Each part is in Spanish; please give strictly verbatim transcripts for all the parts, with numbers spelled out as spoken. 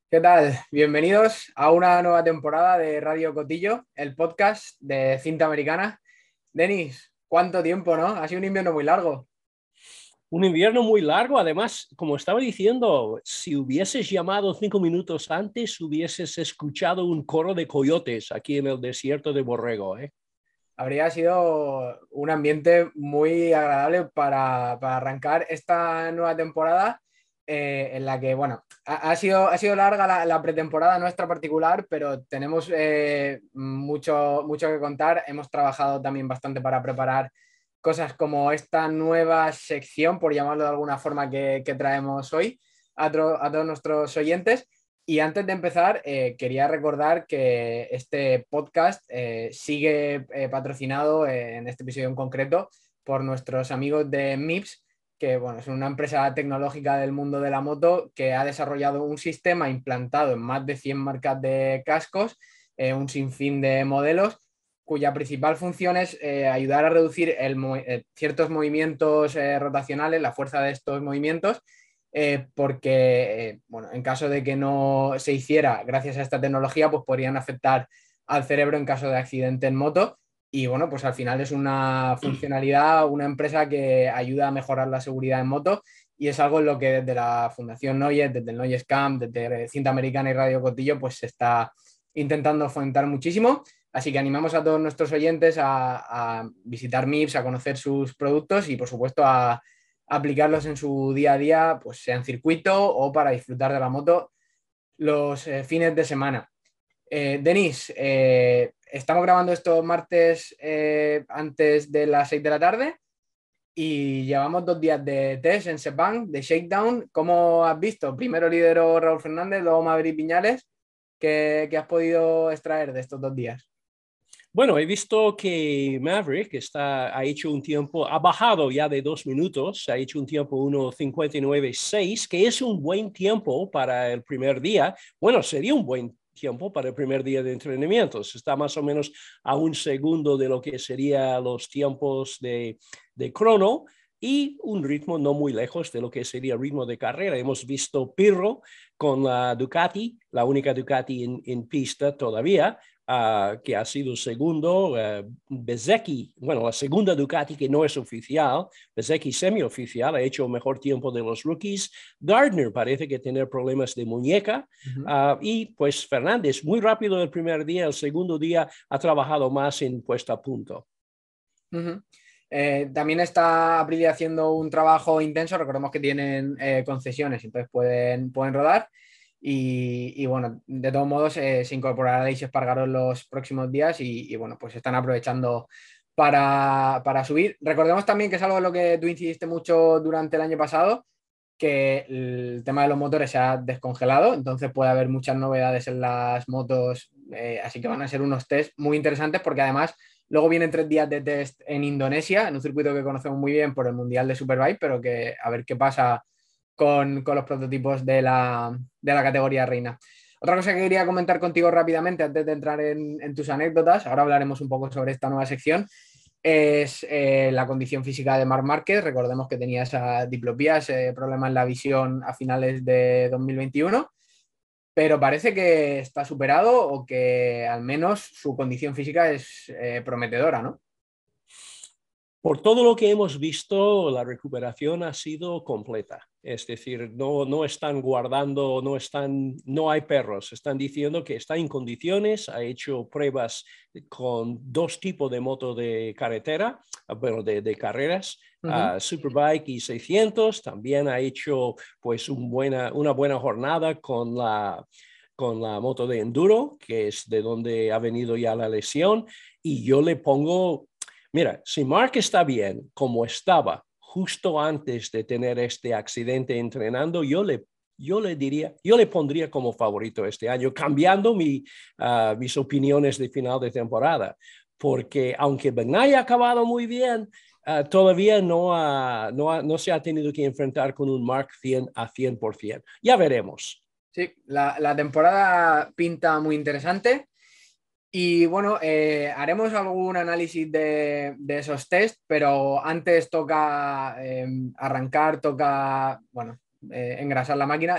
¿Qué tal? Bienvenidos a una nueva temporada de Radio Cotillo, el podcast de cinta americana. Denis, ¿cuánto tiempo, no? Ha sido un invierno muy largo. Un invierno muy largo, además, como estaba diciendo, si hubieses llamado cinco minutos antes, hubieses escuchado un coro de coyotes aquí en el desierto de Borrego, ¿eh? Habría sido un ambiente muy agradable para, para arrancar esta nueva temporada eh, en la que, bueno, ha, ha sido, ha sido larga la, la pretemporada nuestra particular, pero tenemos eh, mucho, mucho que contar. Hemos trabajado también bastante para preparar cosas como esta nueva sección, por llamarlo de alguna forma, que, que traemos hoy a, tro, a todos nuestros oyentes. Y antes de empezar, eh, quería recordar que este podcast eh, sigue eh, patrocinado eh, en este episodio en concreto por nuestros amigos de MIPS, que bueno, es una empresa tecnológica del mundo de la moto que ha desarrollado un sistema implantado en más de cien marcas de cascos, eh, un sinfín de modelos, cuya principal función es eh, ayudar a reducir el, eh, ciertos movimientos eh, rotacionales, la fuerza de estos movimientos eh, porque, eh, bueno, en caso de que no se hiciera gracias a esta tecnología, pues podrían afectar al cerebro en caso de accidente en moto. Y bueno, pues al final es una funcionalidad, una empresa que ayuda a mejorar la seguridad en moto y es algo en lo que desde la Fundación Noyes, desde el Noyes Camp, desde Cinta Americana y Radio Cotillo, pues se está intentando fomentar muchísimo. Así que animamos a todos nuestros oyentes a, a visitar MIPS, a conocer sus productos y por supuesto a aplicarlos en su día a día, pues sea en circuito o para disfrutar de la moto los eh, fines de semana. Eh, Denis, eh, estamos grabando esto martes eh, antes de las seis de la tarde y llevamos dos días de test en Sepang, de shakedown. ¿Cómo has visto? Primero lideró Raúl Fernández, luego Maverick Viñales. ¿Qué, qué has podido extraer de estos dos días? Bueno, he visto que Maverick está, ha hecho un tiempo, ha bajado ya de dos minutos, ha hecho un tiempo uno cincuenta y nueve seis, que es un buen tiempo para el primer día. Bueno, sería un buen tiempo para el primer día de entrenamientos. Está más o menos a un segundo de lo que serían los tiempos de, de crono y un ritmo no muy lejos de lo que sería el ritmo de carrera. Hemos visto Pirro con la Ducati, la única Ducati en, en pista todavía, Uh, que ha sido segundo, uh, Bezzecchi, bueno, la segunda Ducati que no es oficial, Bezzecchi semioficial, ha hecho mejor tiempo de los rookies. Gardner parece que tener problemas de muñeca. Uh -huh. Uh, y pues Fernández, muy rápido el primer día, el segundo día ha trabajado más en puesta a punto. Uh -huh. Eh, también está Aprilia haciendo un trabajo intenso. Recordemos que tienen eh, concesiones, entonces pueden, pueden rodar. Y, y bueno, de todos modos, eh, se incorporará Aleix Espargaró en los próximos días y, y bueno, pues están aprovechando para, para subir. Recordemos también que es algo en lo que tú incidiste mucho durante el año pasado, que el tema de los motores se ha descongelado, entonces puede haber muchas novedades en las motos, eh, así que van a ser unos test muy interesantes porque además luego vienen tres días de test en Indonesia, en un circuito que conocemos muy bien por el Mundial de Superbike, pero que a ver qué pasa con, con los prototipos de la, de la categoría reina. Otra cosa que quería comentar contigo rápidamente antes de entrar en, en tus anécdotas, ahora hablaremos un poco sobre esta nueva sección, es eh, la condición física de Marc Márquez. Recordemos que tenía esa diplopía, ese problema en la visión a finales de dos mil veintiuno, pero parece que está superado o que al menos su condición física es eh, prometedora, ¿no? Por todo lo que hemos visto, la recuperación ha sido completa. Es decir, no, no están guardando, no, están, no hay perros. Están diciendo que está en condiciones, ha hecho pruebas con dos tipos de moto de carretera, bueno, de, de carreras, Uh -huh. uh, Superbike y seiscientos. También ha hecho pues un buena, una buena jornada con la, con la moto de enduro, que es de donde ha venido ya la lesión. Y yo le pongo... Mira, si Mark está bien como estaba justo antes de tener este accidente entrenando, yo le, yo le diría, yo le pondría como favorito este año, cambiando mi, uh, mis opiniones de final de temporada, porque aunque Bagnaia ha acabado muy bien, uh, todavía no, ha, no, ha, no se ha tenido que enfrentar con un Mark cien a cien por ciento. Ya veremos. Sí, la, la temporada pinta muy interesante. Y bueno, eh, haremos algún análisis de, de esos test, pero antes toca eh, arrancar, toca, bueno, eh, engrasar la máquina. Dime.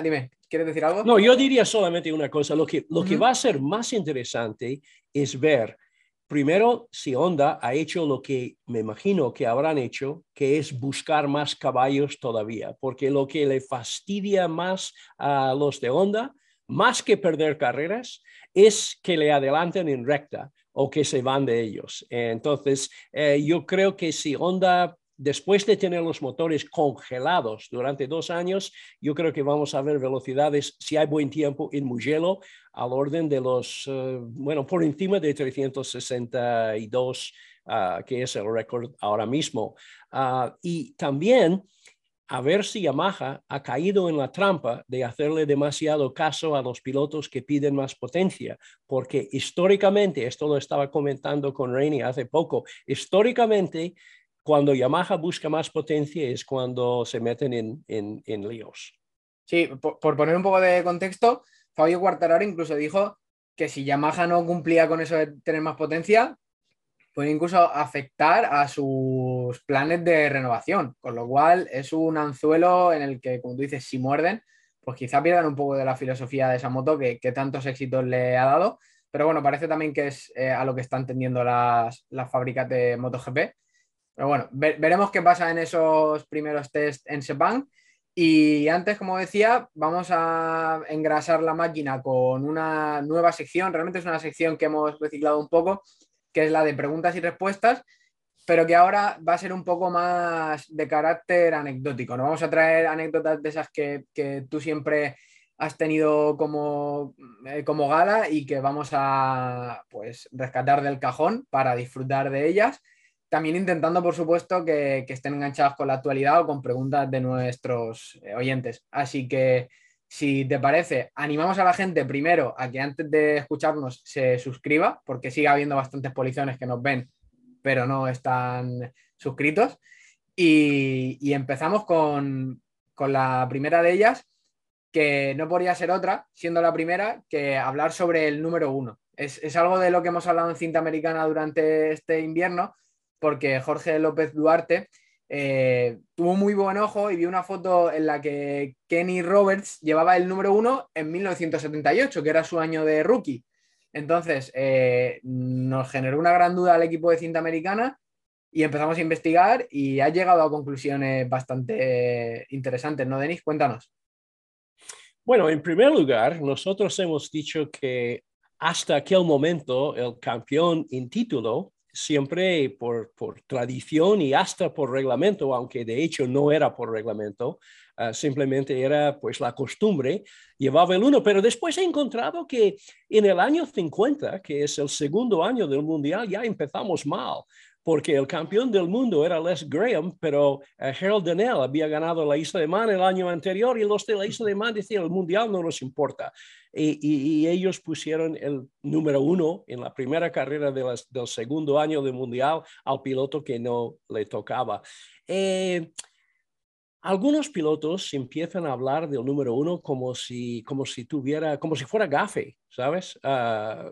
¿quieres decir algo? No, yo diría solamente una cosa. Lo que, lo Uh-huh. que va a ser más interesante es ver, primero, si Honda ha hecho lo que me imagino que habrán hecho, que es buscar más caballos todavía, porque lo que le fastidia más a los de Honda, más que perder carreras, es que le adelanten en recta o que se van de ellos. Entonces, eh, yo creo que si Honda, después de tener los motores congelados durante dos años, yo creo que vamos a ver velocidades, si hay buen tiempo, en Mugello, al orden de los, uh, bueno, por encima de trescientos sesenta y dos, uh, que es el récord ahora mismo. Uh, y también a ver si Yamaha ha caído en la trampa de hacerle demasiado caso a los pilotos que piden más potencia, porque históricamente, esto lo estaba comentando con Rainey hace poco, históricamente, cuando Yamaha busca más potencia es cuando se meten en, en, en líos. Sí, por, por poner un poco de contexto, Fabio Quartararo incluso dijo que si Yamaha no cumplía con eso de tener más potencia, puede incluso afectar a sus planes de renovación, con lo cual es un anzuelo en el que, como tú dices, si muerden, pues quizá pierdan un poco de la filosofía de esa moto que, que tantos éxitos le ha dado, pero bueno, parece también que es eh, a lo que están tendiendo las, las fábricas de MotoGP. Pero bueno, ver, veremos qué pasa en esos primeros test en Sepang. Y antes, como decía, vamos a engrasar la máquina con una nueva sección. Realmente es una sección que hemos reciclado un poco, que es la de preguntas y respuestas, pero que ahora va a ser un poco más de carácter anecdótico. Nos vamos a traer anécdotas de esas que, que tú siempre has tenido como, eh, como gala y que vamos a pues, rescatar del cajón para disfrutar de ellas. También intentando, por supuesto, que, que estén enganchadas con la actualidad o con preguntas de nuestros eh, oyentes. Así que, si te parece, animamos a la gente primero a que antes de escucharnos se suscriba, porque sigue habiendo bastantes polizones que nos ven, pero no están suscritos. Y, y empezamos con, con la primera de ellas, que no podría ser otra, siendo la primera, que hablar sobre el número uno. Es, es algo de lo que hemos hablado en Cinta Americana durante este invierno, porque Jorge López Duarte eh, tuvo muy buen ojo y vi una foto en la que Kenny Roberts llevaba el número uno en mil novecientos setenta y ocho, que era su año de rookie. Entonces, eh, nos generó una gran duda al equipo de Cinta Americana y empezamos a investigar y ha llegado a conclusiones bastante interesantes, ¿no, Denis? Cuéntanos. Bueno, en primer lugar, nosotros hemos dicho que hasta aquel momento el campeón en título, siempre por, por tradición y hasta por reglamento, aunque de hecho no era por reglamento, uh, simplemente era pues la costumbre, llevaba el uno. Pero después he encontrado que en el año cincuenta, que es el segundo año del Mundial, ya empezamos mal, porque el campeón del mundo era Les Graham, pero uh, Harold Donnell había ganado la Isla de Man el año anterior y los de la Isla de Man decían, el Mundial no nos importa. Y, y, y ellos pusieron el número uno en la primera carrera de las, del segundo año del Mundial al piloto que no le tocaba. Eh, Algunos pilotos empiezan a hablar del número uno como si, como si tuviera, como si fuera gafe, ¿sabes? Uh,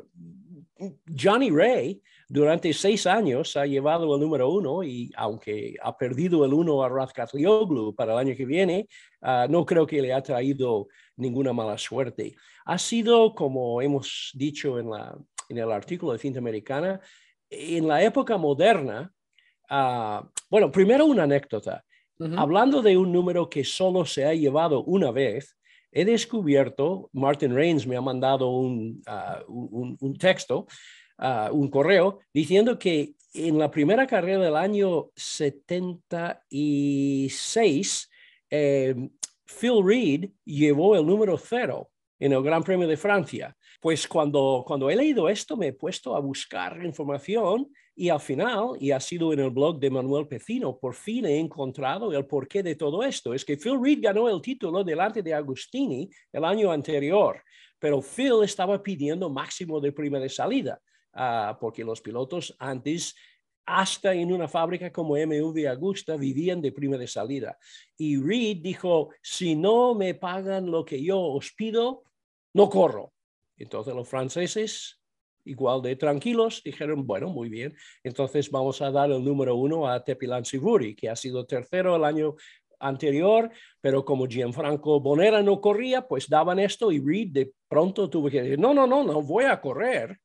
Johnny Ray durante seis años ha llevado el número uno y aunque ha perdido el uno a Razgatlioglu para el año que viene, uh, no creo que le ha traído ninguna mala suerte. Ha sido, como hemos dicho en, la, en el artículo de Cinta Americana, en la época moderna, uh, bueno, primero una anécdota. Uh-huh. Hablando de un número que solo se ha llevado una vez, he descubierto, Martin Rains me ha mandado un, uh, un, un texto, uh, un correo, diciendo que en la primera carrera del año setenta y seis, eh, Phil Reed llevó el número cero en el Gran Premio de Francia. Pues cuando, cuando he leído esto me he puesto a buscar información y al final, y ha sido en el blog de Manuel Pecino, por fin he encontrado el porqué de todo esto. Es que Phil Reed ganó el título delante de Agostini el año anterior, pero Phil estaba pidiendo máximo de prima de salida, uh, porque los pilotos antes, hasta en una fábrica como M V Agusta, vivían de prima de salida. Y Reed dijo, si no me pagan lo que yo os pido, no corro. Entonces los franceses, igual de tranquilos, dijeron, bueno, muy bien, entonces vamos a dar el número uno a Tepilán Sivuri, que ha sido tercero el año anterior, pero como Gianfranco Bonera no corría, pues daban esto y Reed de pronto tuvo que decir, no, no, no, no voy a correr,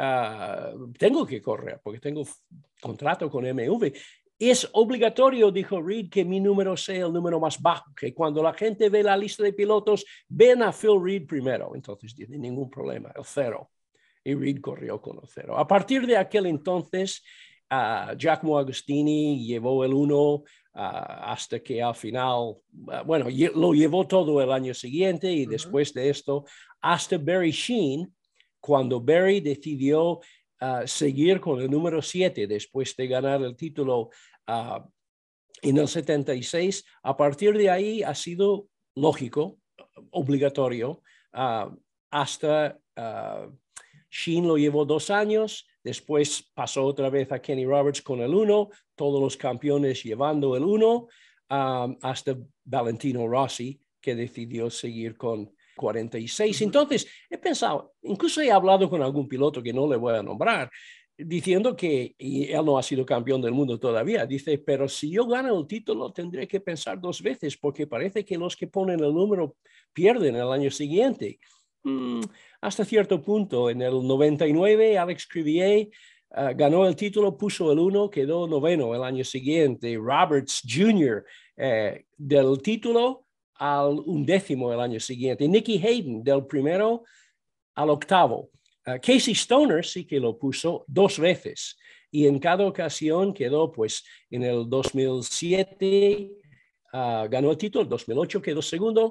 uh, tengo que correr porque tengo contrato con M V. Es obligatorio, dijo Reed, que mi número sea el número más bajo, que cuando la gente ve la lista de pilotos, ven a Phil Reed primero. Entonces, tiene ningún problema, el cero. Y Reed corrió con el cero. A partir de aquel entonces, uh, Giacomo Agostini llevó el uno uh, hasta que al final, uh, bueno, lo llevó todo el año siguiente y uh-huh. después de esto, hasta Barry Sheene, cuando Barry decidió Uh, seguir con el número siete después de ganar el título uh, en el setenta y seis. A partir de ahí ha sido lógico, obligatorio, uh, hasta uh, Sheene lo llevó dos años, después pasó otra vez a Kenny Roberts con el uno, todos los campeones llevando el uno, um, hasta Valentino Rossi, que decidió seguir con cuarenta y seis. Entonces, he pensado, incluso he hablado con algún piloto que no le voy a nombrar, diciendo que, y él no ha sido campeón del mundo todavía, dice, pero si yo gano el título, tendré que pensar dos veces, porque parece que los que ponen el número pierden el año siguiente. Hmm, hasta cierto punto, en el noventa y nueve, Alex Crivier uh, ganó el título, puso el uno, quedó noveno el año siguiente. Roberts junior eh, del título al undécimo el año siguiente. Nicky Hayden, del primero al octavo. Uh, Casey Stoner sí que lo puso dos veces y en cada ocasión quedó, pues, en el dos mil siete uh, ganó el título, el dos mil ocho quedó segundo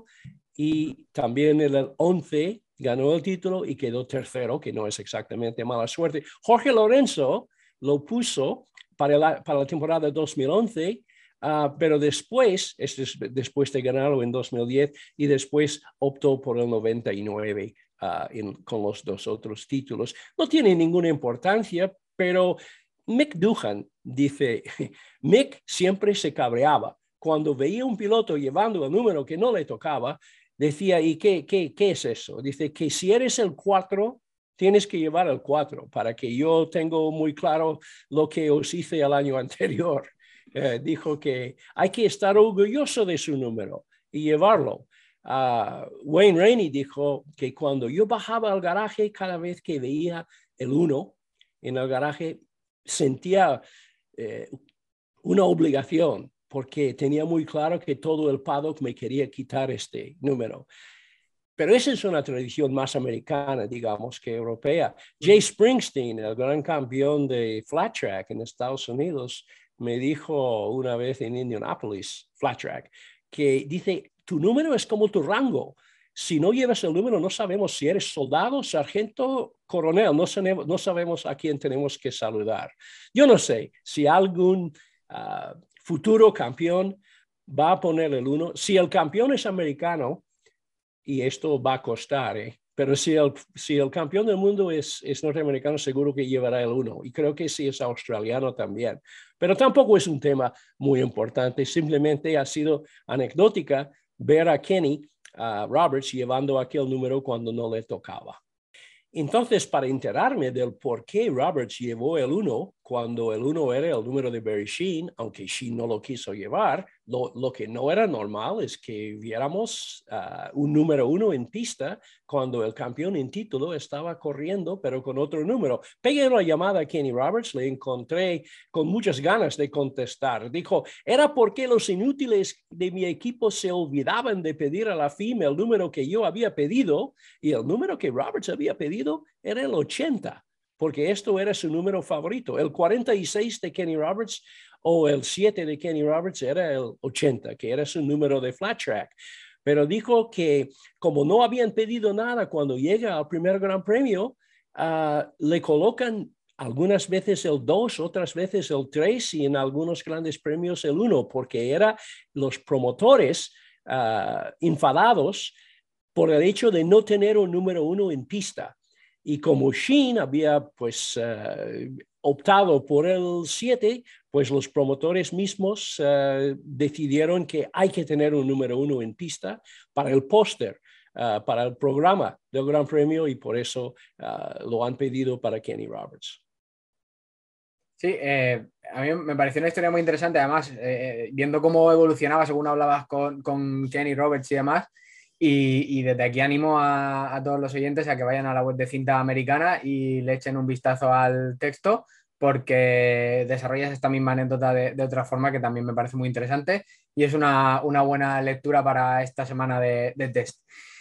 y también en el once ganó el título y quedó tercero, que no es exactamente mala suerte. Jorge Lorenzo lo puso para la, para la temporada dos mil once, Uh, pero después, este es después de ganarlo en dos mil diez, y después optó por el noventa y nueve uh, en, con los dos otros títulos. No tiene ninguna importancia, pero Mick Doohan dice, Mick siempre se cabreaba. Cuando veía un piloto llevando el número que no le tocaba, decía, ¿y qué, qué, qué es eso? Dice que si eres el cuatro, tienes que llevar el cuatro, para que yo tengo muy claro lo que os hice el año anterior. Eh, dijo que hay que estar orgulloso de su número y llevarlo. Uh, Wayne Rainey dijo que cuando yo bajaba al garaje, cada vez que veía el uno en el garaje, sentía eh, una obligación, porque tenía muy claro que todo el paddock me quería quitar este número. Pero esa es una tradición más americana, digamos, que europea. Jay Springsteen, el gran campeón de flat track en Estados Unidos, me dijo una vez en Indianapolis, flat track, que dice, tu número es como tu rango. Si no llevas el número, no sabemos si eres soldado, sargento, coronel, no sabemos, no sabemos a quién tenemos que saludar. Yo no sé si algún uh, futuro campeón va a poner el uno. Si el campeón es americano, y esto va a costar, ¿eh? Pero si el, si el campeón del mundo es, es norteamericano, seguro que llevará el uno. Y creo que si es australiano también. Pero tampoco es un tema muy importante. Simplemente ha sido anecdótica ver a Kenny uh, Roberts llevando aquel número cuando no le tocaba. Entonces, para enterarme del por qué Roberts llevó el uno, cuando el uno era el número de Barry Sheene, aunque Sheene no lo quiso llevar, lo, lo que no era normal es que viéramos uh, un número uno en pista cuando el campeón en título estaba corriendo, pero con otro número. Pegué una llamada a Kenny Roberts, le encontré con muchas ganas de contestar. Dijo, era porque los inútiles de mi equipo se olvidaban de pedir a la F I M el número que yo había pedido, y el número que Roberts había pedido era el ochenta, porque esto era su número favorito. El cuarenta y seis de Kenny Roberts o el siete de Kenny Roberts era el ochenta, que era su número de flat track. Pero dijo que como no habían pedido nada, cuando llega al primer Gran Premio, uh, le colocan algunas veces el dos, otras veces el tres y en algunos grandes premios el uno, porque eran los promotores uh, enfadados por el hecho de no tener un número uno en pista. Y como Sheene había pues uh, optado por el siete, pues los promotores mismos uh, decidieron que hay que tener un número uno en pista para el póster, uh, para el programa del Gran Premio, y por eso uh, lo han pedido para Kenny Roberts. Sí, eh, a mí me pareció una historia muy interesante, además, eh, viendo cómo evolucionaba según hablabas con, con Kenny Roberts y demás, y, y desde aquí animo a, a todos los oyentes a que vayan a la web de Cinta Americana y le echen un vistazo al texto, porque desarrollas esta misma anécdota de, de otra forma que también me parece muy interesante y es una, una buena lectura para esta semana de, de test.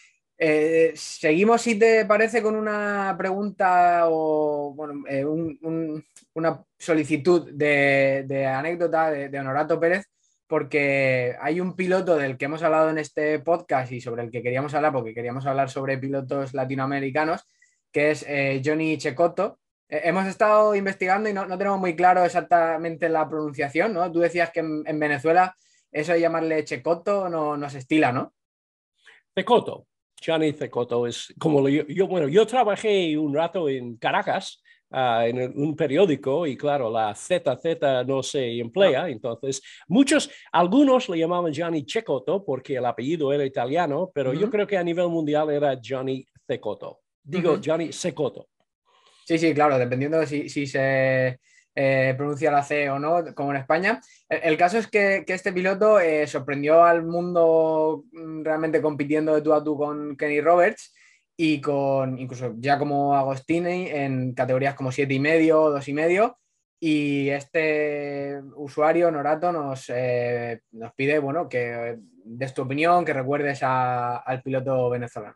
Eh, seguimos, si te parece, con una pregunta o bueno, eh, un, un, una solicitud de, de anécdota de, de Honorato Pérez, porque hay un piloto del que hemos hablado en este podcast y sobre el que queríamos hablar, porque queríamos hablar sobre pilotos latinoamericanos, que es eh, Johnny Cecotto. Eh, hemos estado investigando y no, no, tenemos muy claro exactamente la pronunciación, ¿no? Tú decías que en, en Venezuela eso de llamarle Cecotto no, no se estila, ¿no? Cecotto, Johnny Cecotto es como lo, yo, yo, bueno, yo trabajé un rato en Caracas, uh, en el, un periódico, y claro, la Z Z no se emplea, No. entonces muchos, algunos le llamaban Johnny Cecotto porque el apellido era italiano, pero Uh yo -huh. creo que a nivel mundial era Johnny Cecotto. Uh Digo, -huh. Johnny Cecotto. Sí, sí, claro, dependiendo de si, si se eh, pronuncia la C o no, como en España. El, el caso es que, que este piloto eh, sorprendió al mundo mm, realmente compitiendo de tú a tú con Kenny Roberts y con incluso Giacomo Agostini en categorías como siete y medio, dos y medio. Y este usuario, Norato, nos, eh, nos pide, bueno, que des tu opinión, que recuerdes a, al piloto venezolano.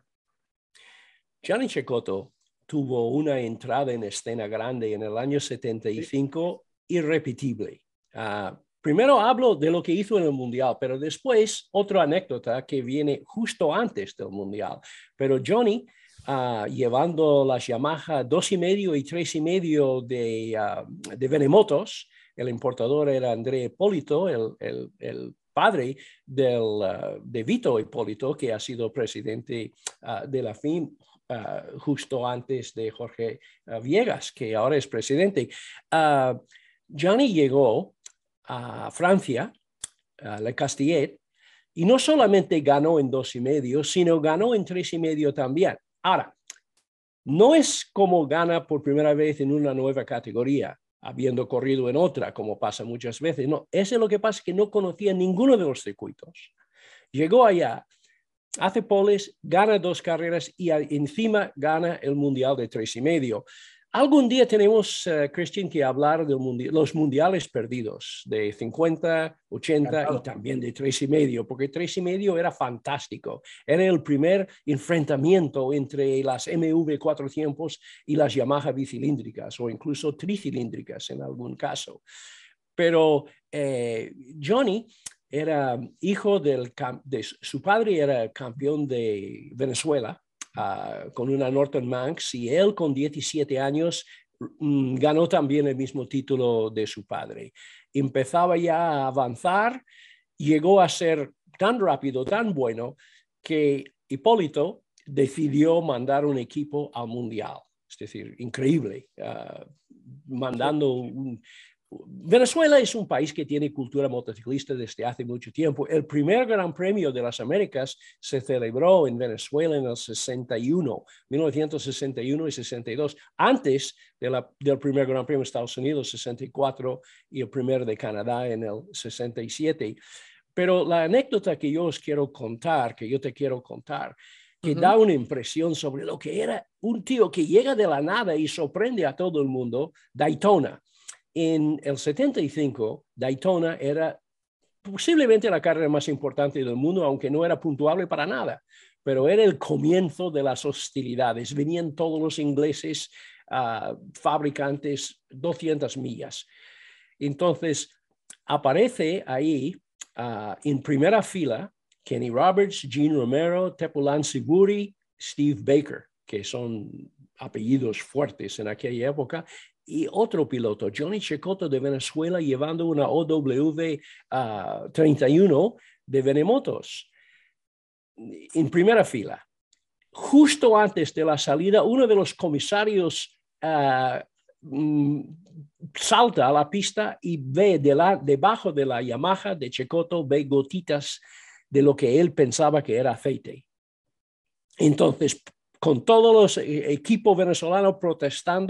Johnny Cecotto tuvo una entrada en escena grande en el año setenta y cinco sí. irrepetible. Uh, primero hablo de lo que hizo en el Mundial, pero después otra anécdota que viene justo antes del Mundial. Pero Johnny, uh, llevando las Yamaha dos y medio y tres y medio de, uh, de Venemotos, el importador era André Hipólito, el, el, el padre del, uh, de Vito Hipólito, que ha sido presidente uh, de la F I M Uh, justo antes de Jorge uh, Viegas, que ahora es presidente. Uh, Johnny llegó a Francia, a Le Castillet, y no solamente ganó en dos y medio, sino ganó en tres y medio también. Ahora, no es como gana por primera vez en una nueva categoría, habiendo corrido en otra, como pasa muchas veces. No, eso es lo que pasa, que no conocía ninguno de los circuitos. Llegó allá, hace poles, gana dos carreras y encima gana el mundial de tres y medio. Algún día tenemos, uh, Christian, que hablar de mundi los mundiales perdidos de cincuenta, ochenta y también de tres y medio, porque tres y medio era fantástico. Era el primer enfrentamiento entre las M V cuatro tiempos y las Yamaha bicilíndricas o incluso tricilíndricas en algún caso. Pero eh, Johnny era hijo del, de su padre, era campeón de Venezuela uh, con una Norton Manx, y él con diecisiete años um, ganó también el mismo título de su padre. Empezaba ya a avanzar, llegó a ser tan rápido, tan bueno, que Hipólito decidió mandar un equipo al Mundial. Es decir, increíble, uh, mandando un... Venezuela es un país que tiene cultura motociclista desde hace mucho tiempo. El primer Gran Premio de las Américas se celebró en Venezuela en el sesenta y uno, mil novecientos sesenta y uno y sesenta y dos, antes de la, del primer Gran Premio de Estados Unidos, sesenta y cuatro, y el primer de Canadá en el sesenta y siete. Pero la anécdota que yo os quiero contar, que yo te quiero contar, que uh-huh. da una impresión sobre lo que era un tío que llega de la nada y sorprende a todo el mundo, Daytona. En el setenta y cinco, Daytona era posiblemente la carrera más importante del mundo, aunque no era puntuable para nada, pero era el comienzo de las hostilidades. Venían todos los ingleses, uh, fabricantes, doscientas millas. Entonces, aparece ahí uh, en primera fila Kenny Roberts, Gene Romero, Tepulán Siguri, Steve Baker, que son apellidos fuertes en aquella época, y otro piloto, Johnny Cecotto de Venezuela, llevando una O W uh, treinta y uno de Venemotos en primera fila. Justo antes de la salida, uno de los comisarios uh, mm, salta a la pista y ve de la, debajo de la Yamaha de Cecotto, ve gotitas de lo que él pensaba que era aceite. Entonces, con todos los equipos venezolanos protestando,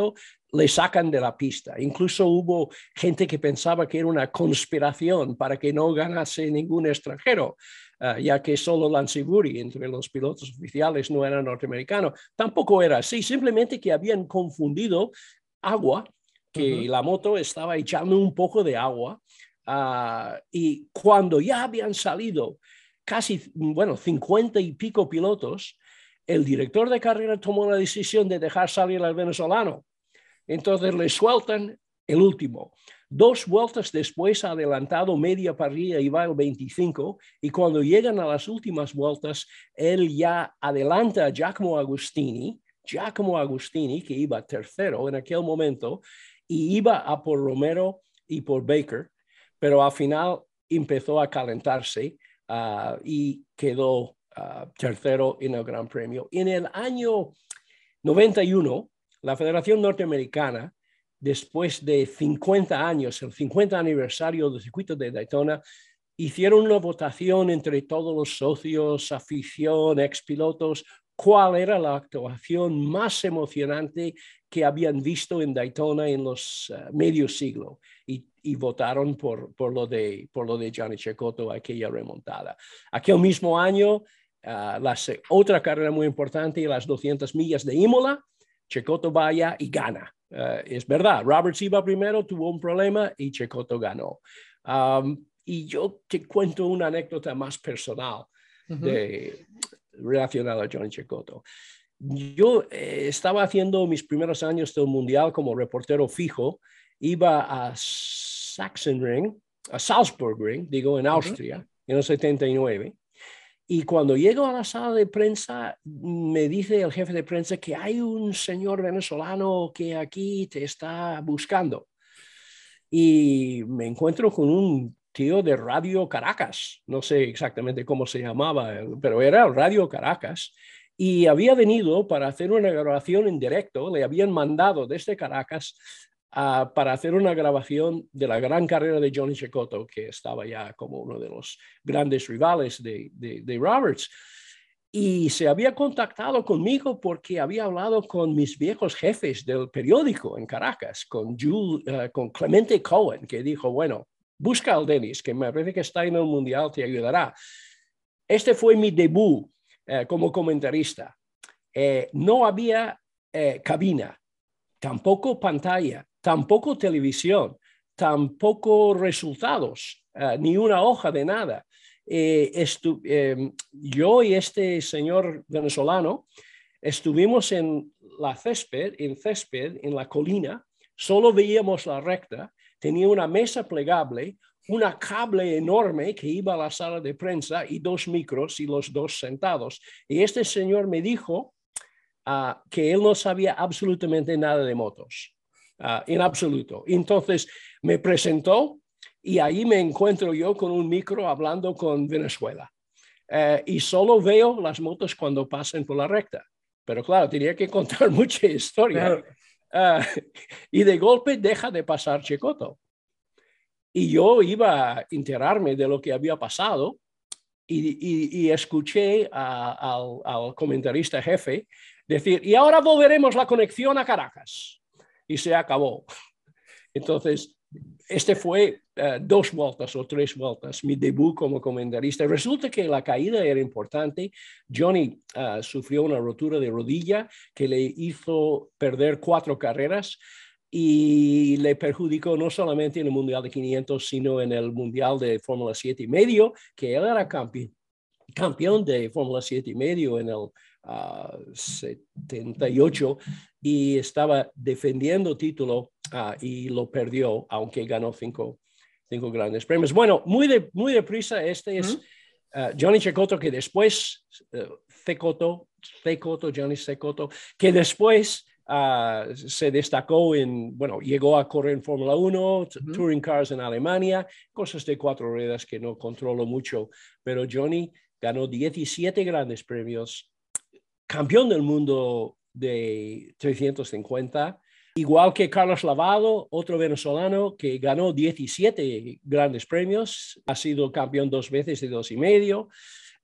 le sacan de la pista. Incluso hubo gente que pensaba que era una conspiración para que no ganase ningún extranjero, uh, ya que solo Lansbury entre los pilotos oficiales no era norteamericano. Tampoco era así, simplemente que habían confundido agua, que uh-huh. la moto estaba echando un poco de agua, uh, y cuando ya habían salido casi, bueno, cincuenta y pico pilotos, el director de carrera tomó la decisión de dejar salir al venezolano. Entonces le sueltan el último. Dos vueltas después ha adelantado media parrilla y va el veinticinco, y cuando llegan a las últimas vueltas, él ya adelanta a Giacomo Agostini, Giacomo Agostini, que iba tercero en aquel momento, y iba a por Romero y por Baker, pero al final empezó a calentarse uh, y quedó uh, tercero en el Gran Premio. En el año noventa y uno, la Federación Norteamericana, después de cincuenta años, el cincuenta aniversario del circuito de Daytona, hicieron una votación entre todos los socios, afición, expilotos, cuál era la actuación más emocionante que habían visto en Daytona en los uh, medio siglo, y, y votaron por, por, lo de, por lo de Johnny Cecotto, aquella remontada. Aquel mismo año, uh, la, otra carrera muy importante, las doscientas millas de Imola, Cecotto vaya y gana. Uh, es verdad, Roberts iba primero, tuvo un problema y Cecotto ganó. Um, y yo te cuento una anécdota más personal uh-huh. de, relacionada a Johnny Cecotto. Yo eh, estaba haciendo mis primeros años del Mundial como reportero fijo, iba a Sachsenring, a Salzburgring, digo, en Austria, uh-huh. en el setenta y nueve. Y cuando llego a la sala de prensa, me dice el jefe de prensa que hay un señor venezolano que aquí te está buscando. Y me encuentro con un tío de Radio Caracas, no sé exactamente cómo se llamaba, pero era Radio Caracas, y había venido para hacer una grabación en directo, le habían mandado desde Caracas Uh, para hacer una grabación de la gran carrera de Johnny Cecotto, que estaba ya como uno de los grandes rivales de, de, de Roberts. Y se había contactado conmigo porque había hablado con mis viejos jefes del periódico en Caracas, con, Jules, uh, con Clemente Cohen, que dijo, bueno, busca al Dennis, que me parece que está en el Mundial, te ayudará. Este fue mi debut uh, como comentarista. Eh, no había eh, cabina, tampoco pantalla, tampoco televisión, tampoco resultados, uh, ni una hoja de nada. Eh, estu eh, yo y este señor venezolano estuvimos en la césped, en césped, en la colina, solo veíamos la recta, tenía una mesa plegable, una cable enorme que iba a la sala de prensa y dos micros y los dos sentados. Y este señor me dijo uh, que él no sabía absolutamente nada de motos. Uh, en absoluto. Entonces me presentó y ahí me encuentro yo con un micro hablando con Venezuela. Uh, y solo veo las motos cuando pasan por la recta. Pero claro, tenía que contar mucha historia. Uh, y de golpe deja de pasar Cecotto. Y yo iba a enterarme de lo que había pasado y, y, y escuché a, al, al comentarista jefe decir, y ahora volveremos la conexión a Caracas. Y se acabó. Entonces, este fue uh, dos vueltas o tres vueltas, mi debut como comentarista. Resulta que la caída era importante. Johnny uh, sufrió una rotura de rodilla que le hizo perder cuatro carreras y le perjudicó no solamente en el Mundial de quinientos, sino en el Mundial de Fórmula siete y medio, que él era campeón, campeón de Fórmula siete y medio en el Uh, setenta y ocho y estaba defendiendo título uh, y lo perdió, aunque ganó cinco, cinco grandes premios. Bueno, muy, de, muy deprisa, este es uh, Johnny Cecotto, que después, uh, Cecotto, Cecotto, Johnny Cecotto, que después uh, se destacó en, bueno, llegó a correr en Fórmula uno, uh-huh. Touring Cars en Alemania, cosas de cuatro ruedas que no controlo mucho, pero Johnny ganó diecisiete grandes premios, campeón del mundo de trescientos cincuenta, igual que Carlos Lavado, otro venezolano que ganó diecisiete grandes premios, ha sido campeón dos veces de dos y medio.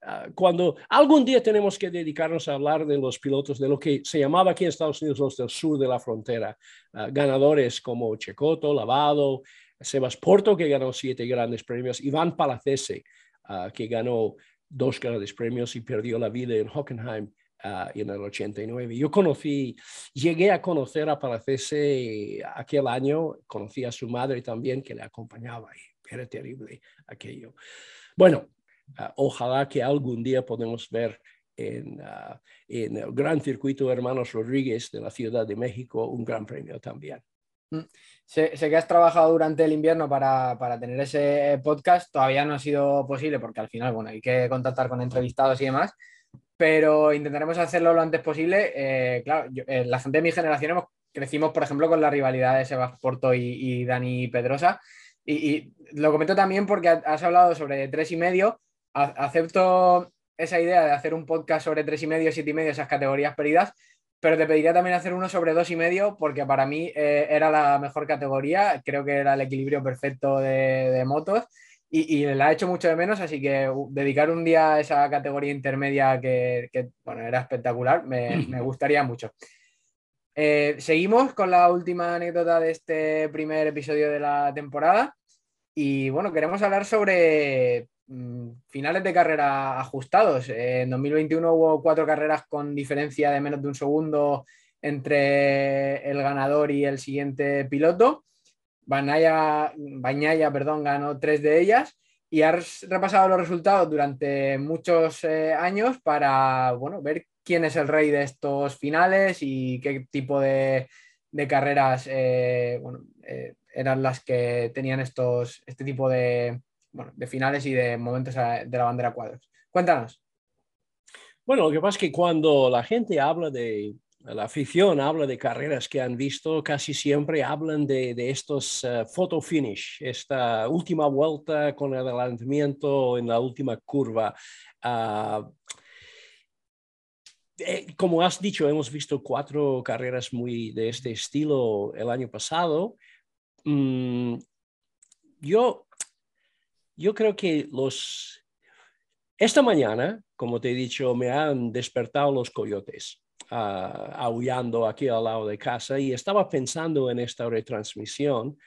uh, cuando algún día tenemos que dedicarnos a hablar de los pilotos, de lo que se llamaba aquí en Estados Unidos los del sur de la frontera, uh, ganadores como Cecotto, Lavado, Sebas Porto, que ganó siete grandes premios, Iván Palacese, uh, que ganó dos grandes premios y perdió la vida en Hockenheim uh, en el ochenta y nueve. Yo conocí, llegué a conocer a Palacese aquel año, conocí a su madre también que le acompañaba y era terrible aquello. Bueno, uh, ojalá que algún día podamos ver en, uh, en el Gran Circuito Hermanos Rodríguez de la Ciudad de México un gran premio también. Sé, sé que has trabajado durante el invierno para, para tener ese podcast, todavía no ha sido posible porque al final, bueno, hay que contactar con entrevistados y demás, pero intentaremos hacerlo lo antes posible. Eh, claro, yo, eh, la gente de mi generación hemos, crecimos, por ejemplo, con la rivalidad de Sebas Porto y, y Dani Pedrosa, y, y lo comento también porque has hablado sobre tres y medio. Acepto esa idea de hacer un podcast sobre tres y medio, siete y medio, esas categorías perdidas, pero te pediría también hacer uno sobre dos y medio, porque para mí eh, era la mejor categoría, creo que era el equilibrio perfecto de, de motos y, y la he hecho mucho de menos, así que uh, dedicar un día a esa categoría intermedia que, que bueno, era espectacular, me, me gustaría mucho. Eh, seguimos con la última anécdota de este primer episodio de la temporada y bueno, queremos hablar sobre mmm, finales de carrera ajustados. Eh, en dos mil veintiuno hubo cuatro carreras con diferencia de menos de un segundo entre el ganador y el siguiente piloto. Bañaya, Bañaya perdón, ganó tres de ellas y has repasado los resultados durante muchos eh, años para bueno, ver quién es el rey de estos finales y qué tipo de, de carreras eh, bueno, eh, eran las que tenían estos, este tipo de, bueno, de finales y de momentos de la bandera cuadros. Cuéntanos. Bueno, lo que pasa es que cuando la gente habla de, la afición habla de carreras que han visto, casi siempre hablan de, de estos uh, photo finish, esta última vuelta con el adelantamiento en la última curva. Uh, eh, como has dicho, hemos visto cuatro carreras muy de este estilo el año pasado. Mm, yo, yo creo que los... Esta mañana, como te he dicho, me han despertado los coyotes uh, aullando aquí al lado de casa y estaba pensando en esta retransmisión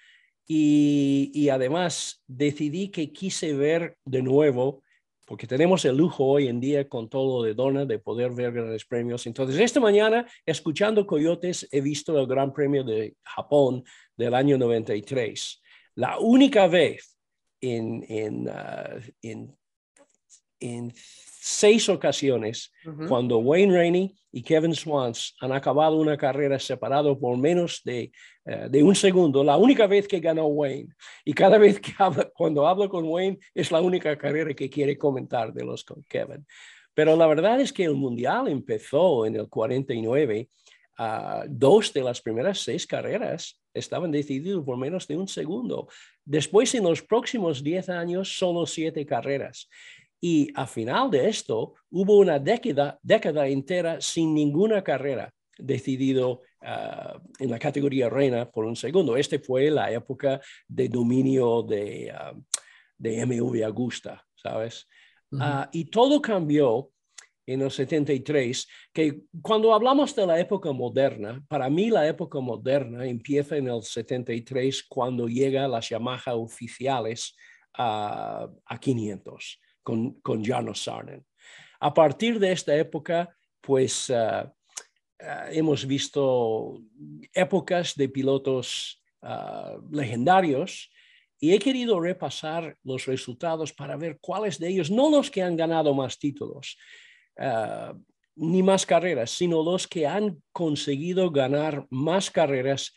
y, y además decidí que quise ver de nuevo, porque tenemos el lujo hoy en día con todo de Dona de poder ver grandes premios. Entonces, esta mañana, escuchando coyotes, he visto el Gran Premio de Japón del año noventa y tres. La única vez en, en, uh, en en seis ocasiones uh-huh. cuando Wayne Rainey y Kevin Swans han acabado una carrera separado por menos de, uh, de un segundo, la única vez que ganó Wayne. Y cada vez que habla, cuando hablo con Wayne, es la única carrera que quiere comentar de los con Kevin. Pero la verdad es que el Mundial empezó en el cuarenta y nueve. Uh, dos de las primeras seis carreras estaban decididas por menos de un segundo. Después, en los próximos diez años, solo siete carreras. Y a final de esto, hubo una década, década entera sin ninguna carrera decidido uh, en la categoría reina por un segundo. Este fue la época de dominio de, uh, de M V Agusta, ¿sabes? Uh-huh. Uh, y todo cambió en el setenta y tres, que cuando hablamos de la época moderna, para mí la época moderna empieza en el setenta y tres cuando llegan las Yamaha oficiales uh, a quinientos. Con, con Jarno Särnen. A partir de esta época, pues uh, uh, hemos visto épocas de pilotos uh, legendarios y he querido repasar los resultados para ver cuáles de ellos, no los que han ganado más títulos, uh, ni más carreras, sino los que han conseguido ganar más carreras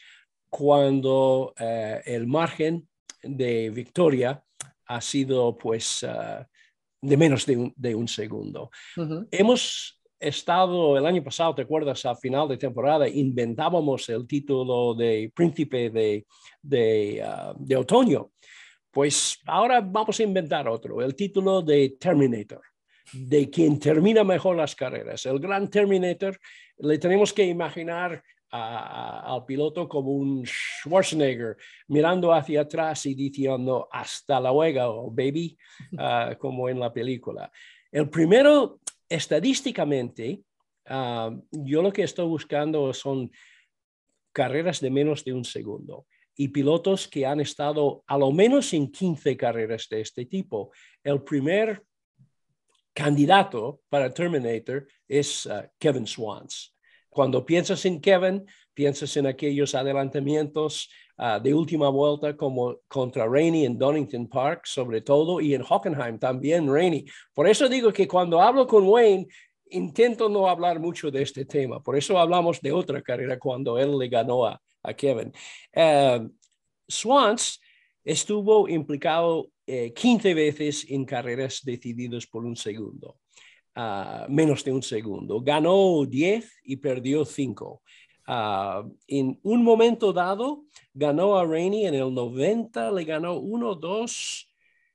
cuando uh, el margen de victoria ha sido pues uh, de menos de un, de un segundo. Uh-huh. Hemos estado el año pasado, ¿te acuerdas? A final de temporada inventábamos el título de príncipe de, de, uh, de otoño. Pues ahora vamos a inventar otro, el título de Terminator, de quien termina mejor las carreras. El gran Terminator, le tenemos que imaginar A, a, al piloto como un Schwarzenegger mirando hacia atrás y diciendo hasta luego, baby, uh, como en la película. El primero, estadísticamente, uh, yo lo que estoy buscando son carreras de menos de un segundo y pilotos que han estado a lo menos en quince carreras de este tipo. El primer candidato para Terminator es uh, Kevin Swans. Cuando piensas en Kevin, piensas en aquellos adelantamientos uh, de última vuelta como contra Rainey en Donington Park, sobre todo, y en Hockenheim también Rainey. Por eso digo que cuando hablo con Wayne, intento no hablar mucho de este tema. Por eso hablamos de otra carrera cuando él le ganó a, a Kevin. Uh, Swans estuvo implicado eh, quince veces en carreras decididas por un segundo. Uh, menos de un segundo. Ganó diez y perdió cinco. Uh, en un momento dado, ganó a Rainey en el noventa, le ganó uno, dos.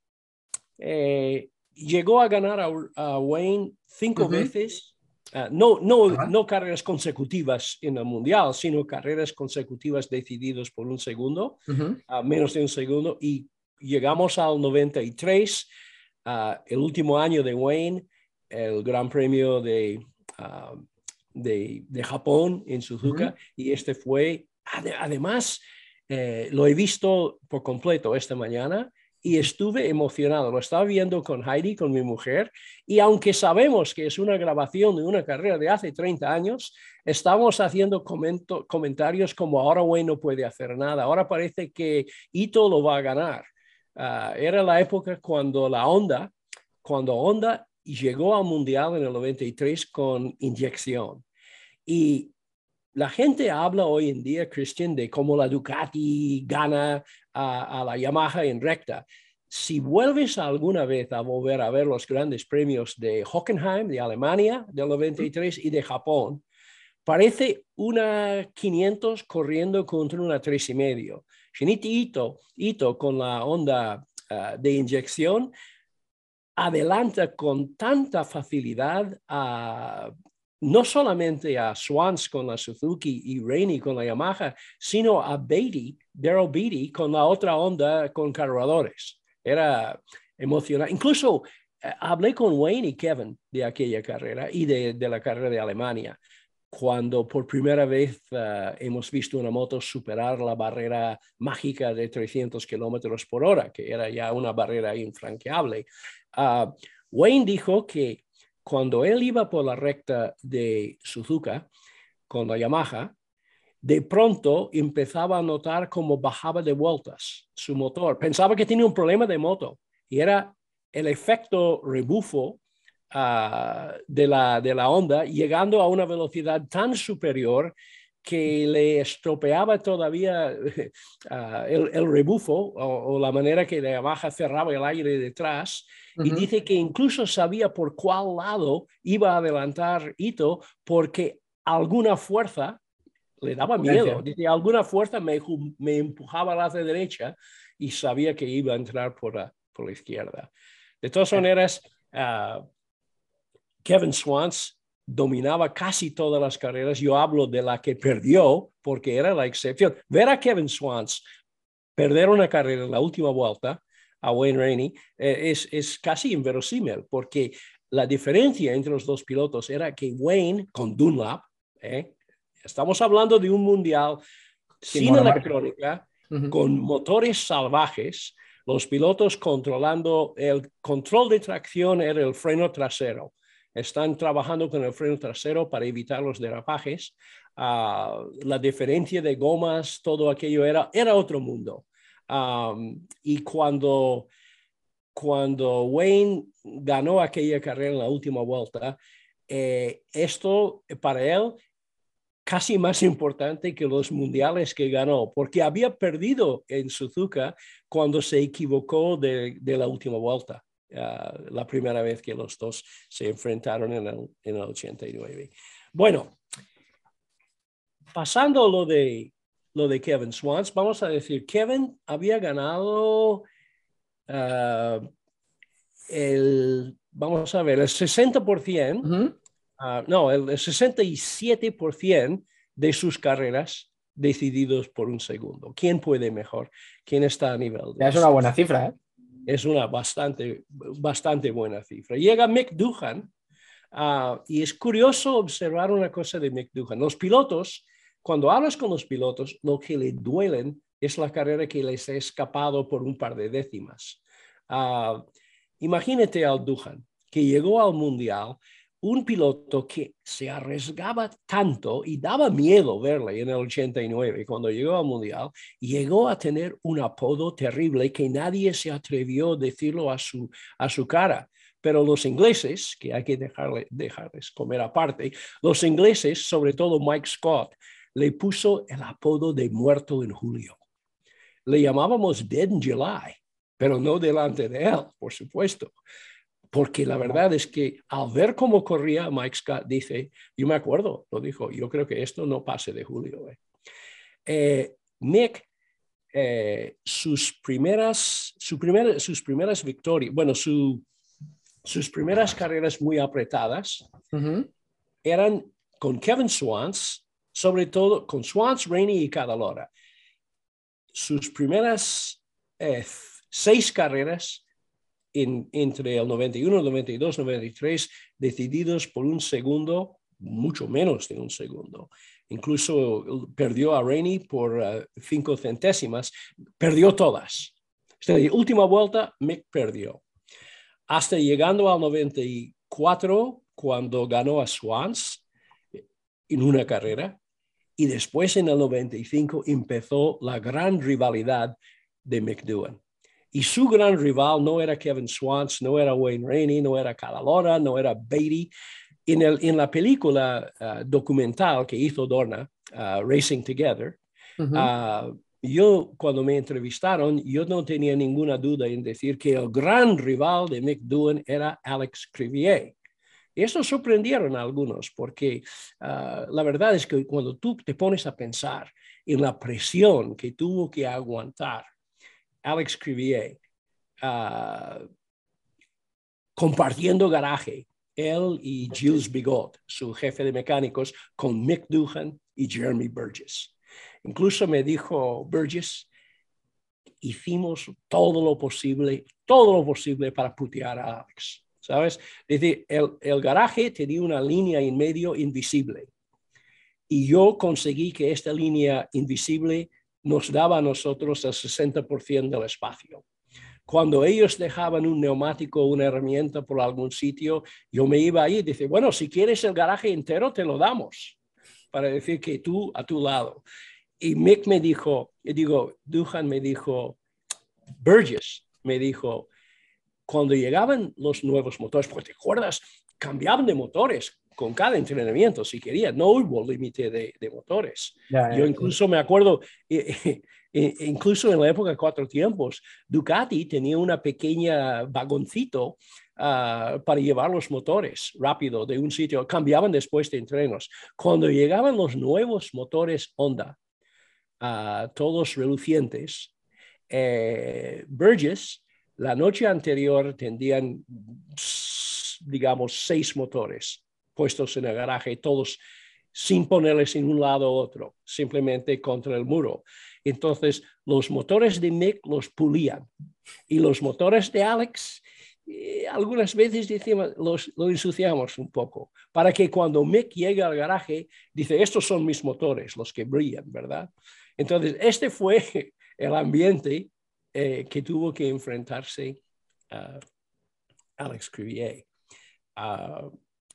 Eh, llegó a ganar a, a Wayne cinco uh-huh. veces. Uh, no, no, uh-huh. no carreras consecutivas en el Mundial, sino carreras consecutivas decididas por un segundo, uh-huh. uh, menos de un segundo. Y llegamos al noventa y tres, uh, el último año de Wayne, el Gran Premio de, uh, de, de Japón en Suzuka, uh-huh. y este fue, ad, además, eh, lo he visto por completo esta mañana y estuve emocionado. Lo estaba viendo con Heidi, con mi mujer, y aunque sabemos que es una grabación de una carrera de hace treinta años, estamos haciendo comento, comentarios como ahora Wayne no puede hacer nada, ahora parece que Ito lo va a ganar. Uh, era la época cuando la Honda, cuando Honda llegó al Mundial en el noventa y tres con inyección. Y la gente habla hoy en día, Christian, de cómo la Ducati gana a, a la Yamaha en recta. Si vuelves alguna vez a volver a ver los grandes premios de Hockenheim, de Alemania, del noventa y tres, y de Japón, parece una quinientos corriendo contra una tres y medio. Shinichi Ito, Ito con la Honda uh, de inyección, adelanta con tanta facilidad a, no solamente a Swans con la Suzuki y Rainey con la Yamaha, sino a Beatty, Daryl Beatty con la otra Honda con carburadores. Era emocionante. Incluso eh, hablé con Wayne y Kevin de aquella carrera y de, de la carrera de Alemania, cuando por primera vez uh, hemos visto una moto superar la barrera mágica de trescientos kilómetros por hora, que era ya una barrera infranqueable. Uh, Wayne dijo que cuando él iba por la recta de Suzuka con la Yamaha, de pronto empezaba a notar cómo bajaba de vueltas su motor. Pensaba que tenía un problema de moto y era el efecto rebufo uh, de, la, de la Honda llegando a una velocidad tan superior que le estropeaba todavía uh, el, el rebufo o, o la manera que la Yamaha cerraba el aire detrás. Uh-huh. Y dice que incluso sabía por cuál lado iba a adelantar Ito porque alguna fuerza le daba miedo. Dice, alguna fuerza me, me empujaba hacia la derecha y sabía que iba a entrar por la, por la izquierda. De todas maneras, uh, Kevin Swans dominaba casi todas las carreras. Yo hablo de la que perdió porque era la excepción. Ver a Kevin Swans perder una carrera en la última vuelta a Wayne Rainey eh, es, es casi inverosímil porque la diferencia entre los dos pilotos era que Wayne con Dunlop, eh, estamos hablando de un mundial sin, sin electrónica, uh-huh. con motores salvajes, los pilotos controlando, el control de tracción era el freno trasero. Están trabajando con el freno trasero para evitar los derrapajes. Uh, la diferencia de gomas, todo aquello era, era otro mundo. Um, y cuando, cuando Wayne ganó aquella carrera en la última vuelta, eh, esto para él casi más importante que los mundiales que ganó, porque había perdido en Suzuka cuando se equivocó de, de la última vuelta. Uh, la primera vez que los dos se enfrentaron en el, en el ochenta y nueve. Bueno, pasando lo de, lo de Kevin Swans, vamos a decir, Kevin había ganado uh, el, vamos a ver, el sesenta por ciento, uh-huh. uh, no, el, el sesenta y siete por ciento de sus carreras decididos por un segundo. ¿Quién puede mejor? ¿Quién está a nivel de Es una buena cifra, ¿eh? Es una bastante, bastante buena cifra. Llega Mick Doohan, uh, y es curioso observar una cosa de Mick Doohan. Los pilotos, cuando hablas con los pilotos, lo que le duelen es la carrera que les ha escapado por un par de décimas. Uh, imagínate al Doohan, que llegó al Mundial, un piloto que se arriesgaba tanto y daba miedo verle en el ochenta y nueve, cuando llegó al Mundial, llegó a tener un apodo terrible que nadie se atrevió a decirlo a su, a su cara. Pero los ingleses, que hay que dejarle, dejarles comer aparte, los ingleses, sobre todo Mike Scott, le puso el apodo de muerto en julio. Le llamábamos Dead in July, pero no delante de él, por supuesto. Porque la verdad es que al ver cómo corría, Mike Scott dice, yo me acuerdo, lo dijo, yo creo que esto no pase de julio. Eh. Eh, Mick, eh, sus, primeras, su primer, sus primeras victorias, bueno, su, sus primeras carreras muy apretadas uh-huh. eran con Kevin Swans, sobre todo con Swans, Rainey y Cadalora. Sus primeras eh, seis carreras En, entre el noventa y uno, noventa y dos, noventa y tres, decididos por un segundo, mucho menos de un segundo. Incluso perdió a Rainey por uh, cinco centésimas, perdió todas. Esta última vuelta, Mick perdió. Hasta llegando al noventa y cuatro, cuando ganó a Swans en una carrera, y después en el noventa y cinco empezó la gran rivalidad de Mick Doohan. Y su gran rival no era Kevin Swans, no era Wayne Rainey, no era Cadalora, no era Beatty. En, el, en la película uh, documental que hizo Dorna, uh, Racing Together, uh-huh. uh, yo cuando me entrevistaron, yo no tenía ninguna duda en decir que el gran rival de Mick Doohan era Alex Crivillé. Y eso sorprendieron a algunos, porque uh, la verdad es que cuando tú te pones a pensar en la presión que tuvo que aguantar Alex Crivillé, uh, compartiendo garaje, él y Gilles Bigot, su jefe de mecánicos, con Mick Doohan y Jeremy Burgess. Incluso me dijo Burgess, hicimos todo lo posible, todo lo posible para putear a Alex, ¿sabes? Es decir, el, el garaje tenía una línea en medio invisible y yo conseguí que esta línea invisible nos daba a nosotros el sesenta por ciento del espacio. Cuando ellos dejaban un neumático o una herramienta por algún sitio, yo me iba ahí y decía, bueno, si quieres el garaje entero, te lo damos, para decir que tú a tu lado. Y Mick me dijo, y digo, Doohan me dijo, Burgess me dijo, cuando llegaban los nuevos motores, pues te acuerdas, cambiaban de motores con cada entrenamiento, si querían, no hubo límite de, de motores. Ya, Yo incluso ya. me acuerdo, eh, eh, incluso en la época de cuatro tiempos, Ducati tenía una pequeña vagoncito uh, para llevar los motores rápido de un sitio, cambiaban después de entrenos. Cuando llegaban los nuevos motores Honda, uh, todos relucientes, eh, Burgess, la noche anterior tendrían, digamos, seis motores puestos en el garaje, todos sin ponerles en un lado u otro, simplemente contra el muro. Entonces, los motores de Mick los pulían y los motores de Alex, eh, algunas veces decimos, los, los ensuciamos un poco, para que cuando Mick llegue al garaje, dice, estos son mis motores, los que brillan, ¿verdad? Entonces, este fue el ambiente eh, que tuvo que enfrentarse uh, Alex Crivillé. Uh,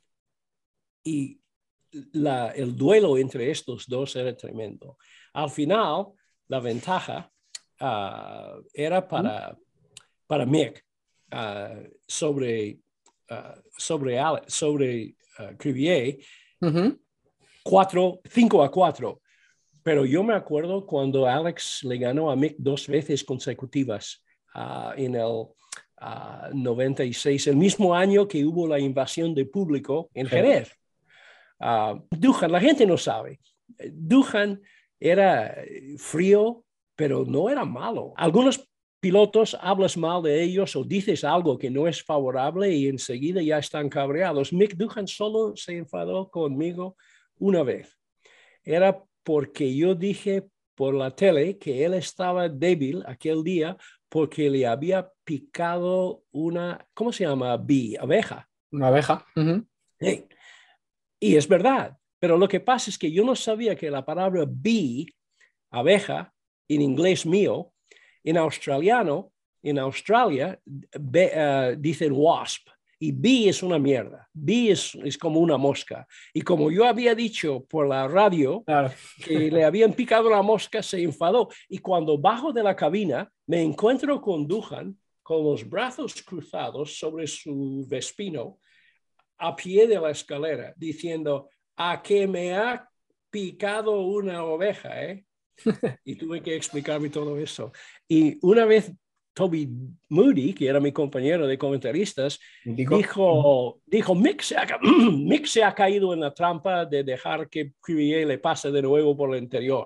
y la, el duelo entre estos dos era tremendo. Al final, la ventaja uh, era para, para Mick uh, sobre, uh, sobre, Alex, sobre uh, Crivillé, uh-huh. cinco a cuatro. Pero yo me acuerdo cuando Alex le ganó a Mick dos veces consecutivas uh, en el uh, noventa y seis, el mismo año que hubo la invasión de público en Jerez. Uh, Doohan, la gente no sabe. Doohan era frío, pero no era malo. Algunos pilotos hablas mal de ellos o dices algo que no es favorable y enseguida ya están cabreados. Mick Doohan solo se enfadó conmigo una vez. Era porque yo dije por la tele que él estaba débil aquel día porque le había picado una, ¿cómo se llama? Bee, abeja. Una abeja. Uh-huh. Hey. Y es verdad, pero lo que pasa es que yo no sabía que la palabra bee, abeja, en inglés mío, en australiano, en Australia, be, uh, dicen wasp. Y bee es una mierda. Bee es, es como una mosca. Y como yo había dicho por la radio claro. que le habían picado la mosca, se enfadó. Y cuando bajo de la cabina, me encuentro con Duhan con los brazos cruzados sobre su vespino, a pie de la escalera, diciendo, a que me ha picado una oveja, ¿eh? Y tuve que explicarme todo eso. Y una vez Toby Moody, que era mi compañero de comentaristas, Mítico. dijo, dijo Mick, se ha, Mick se ha caído en la trampa de dejar que Crivier le pase de nuevo por el interior.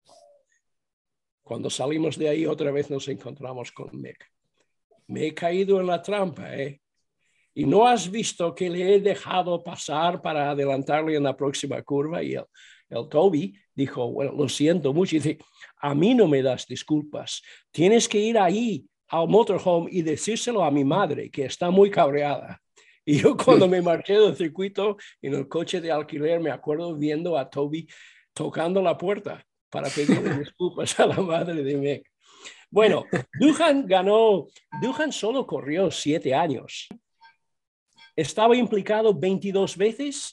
Cuando salimos de ahí otra vez nos encontramos con Mick. Me he caído en la trampa, ¿eh? Y no has visto que le he dejado pasar para adelantarle en la próxima curva. Y el, el Toby dijo, bueno, lo siento mucho. Y dice, a mí no me das disculpas. Tienes que ir ahí al motorhome y decírselo a mi madre, que está muy cabreada. Y yo cuando me marché del circuito en el coche de alquiler, me acuerdo viendo a Toby tocando la puerta para pedirle disculpas a la madre de Mick. Bueno, Duhan ganó, Duhan solo corrió siete años. Estaba implicado veintidós veces,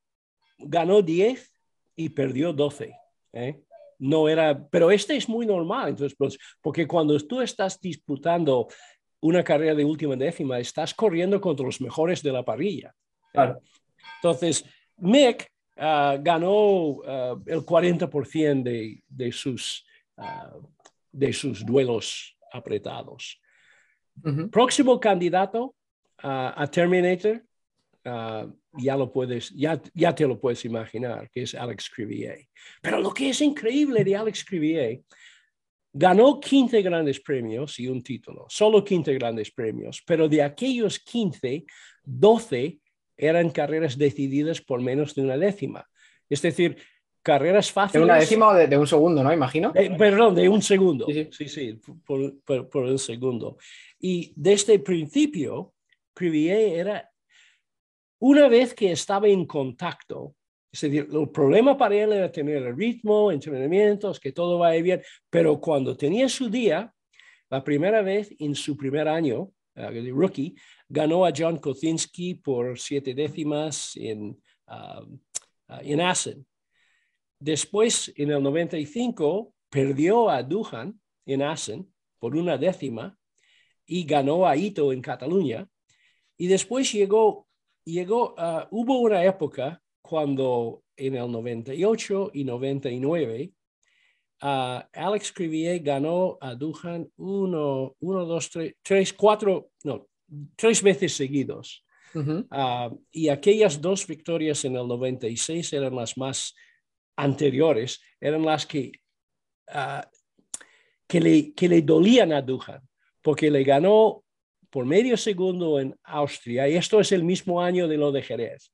ganó diez y perdió doce. ¿eh? No era, pero este es muy normal, entonces, pues, porque cuando tú estás disputando una carrera de última décima, estás corriendo contra los mejores de la parrilla. Claro. Entonces, Mick uh, ganó uh, el cuarenta por ciento de, de, sus, uh, de sus duelos apretados. Uh-huh. Próximo candidato uh, a Terminator, Uh, ya lo puedes, ya, ya te lo puedes imaginar, que es Alex Crivier. Pero lo que es increíble de Alex Crivier, ganó quince grandes premios y un título, solo quince grandes premios, pero de aquellos quince, doce eran carreras decididas por menos de una décima. Es decir, carreras fáciles. ¿De una décima o de, de un segundo, no? Imagino. De, perdón, de un segundo. Sí, sí, sí, sí por, por, por un segundo. Y desde el principio, Crivier era... Una vez que estaba en contacto, es decir, el problema para él era tener el ritmo, entrenamientos, que todo vaya bien, pero cuando tenía su día, la primera vez en su primer año uh, de rookie, ganó a John Kocinski por siete décimas en, uh, uh, en Assen. Después, en el noventa y cinco, perdió a Duhan en Assen por una décima y ganó a Ito en Cataluña. Y después llegó Llegó, uh, hubo una época cuando en el noventa y ocho y noventa y nueve, uh, Alex Crivier ganó a Duhan uno, uno, dos, tres, tres, cuatro, no, tres veces seguidos. Uh-huh. Uh, y aquellas dos victorias en el noventa y seis eran las más anteriores, eran las que, uh, que, le, que le dolían a Duhan, porque le ganó por medio segundo en Austria, y esto es el mismo año de lo de Jerez.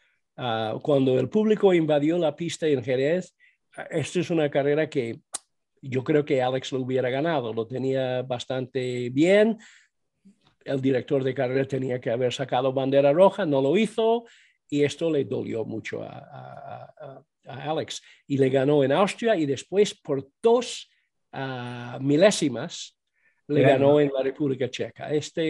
Uh, cuando el público invadió la pista en Jerez, esto es una carrera que yo creo que Alex lo hubiera ganado, lo tenía bastante bien, el director de carrera tenía que haber sacado bandera roja, no lo hizo, y esto le dolió mucho a, a, a, a Alex, y le ganó en Austria, y después por dos uh, milésimas, le Bien, ganó ¿no? en la República Checa. Este,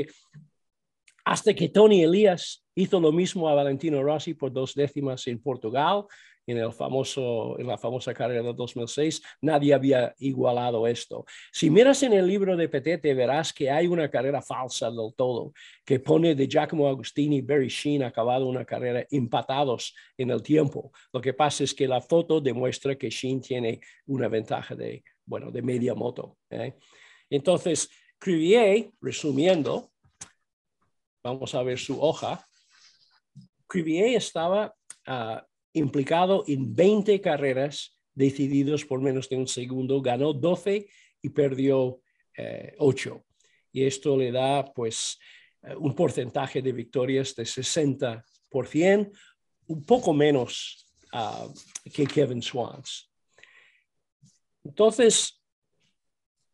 hasta que Tony Elias hizo lo mismo a Valentino Rossi por dos décimas en Portugal, en, el famoso, en la famosa carrera de dos mil seis, nadie había igualado esto. Si miras en el libro de Petete, verás que hay una carrera falsa del todo, que pone de Giacomo Agostini y Barry Sheene acabado una carrera empatados en el tiempo. Lo que pasa es que la foto demuestra que Sheene tiene una ventaja de, bueno, de media moto, ¿eh? Entonces, Crivier, resumiendo, vamos a ver su hoja. Crivier estaba uh, implicado en veinte carreras decididas por menos de un segundo, ganó doce y perdió eh, ocho. Y esto le da, pues, uh, un porcentaje de victorias de sesenta por ciento, un poco menos uh, que Kevin Swans. Entonces,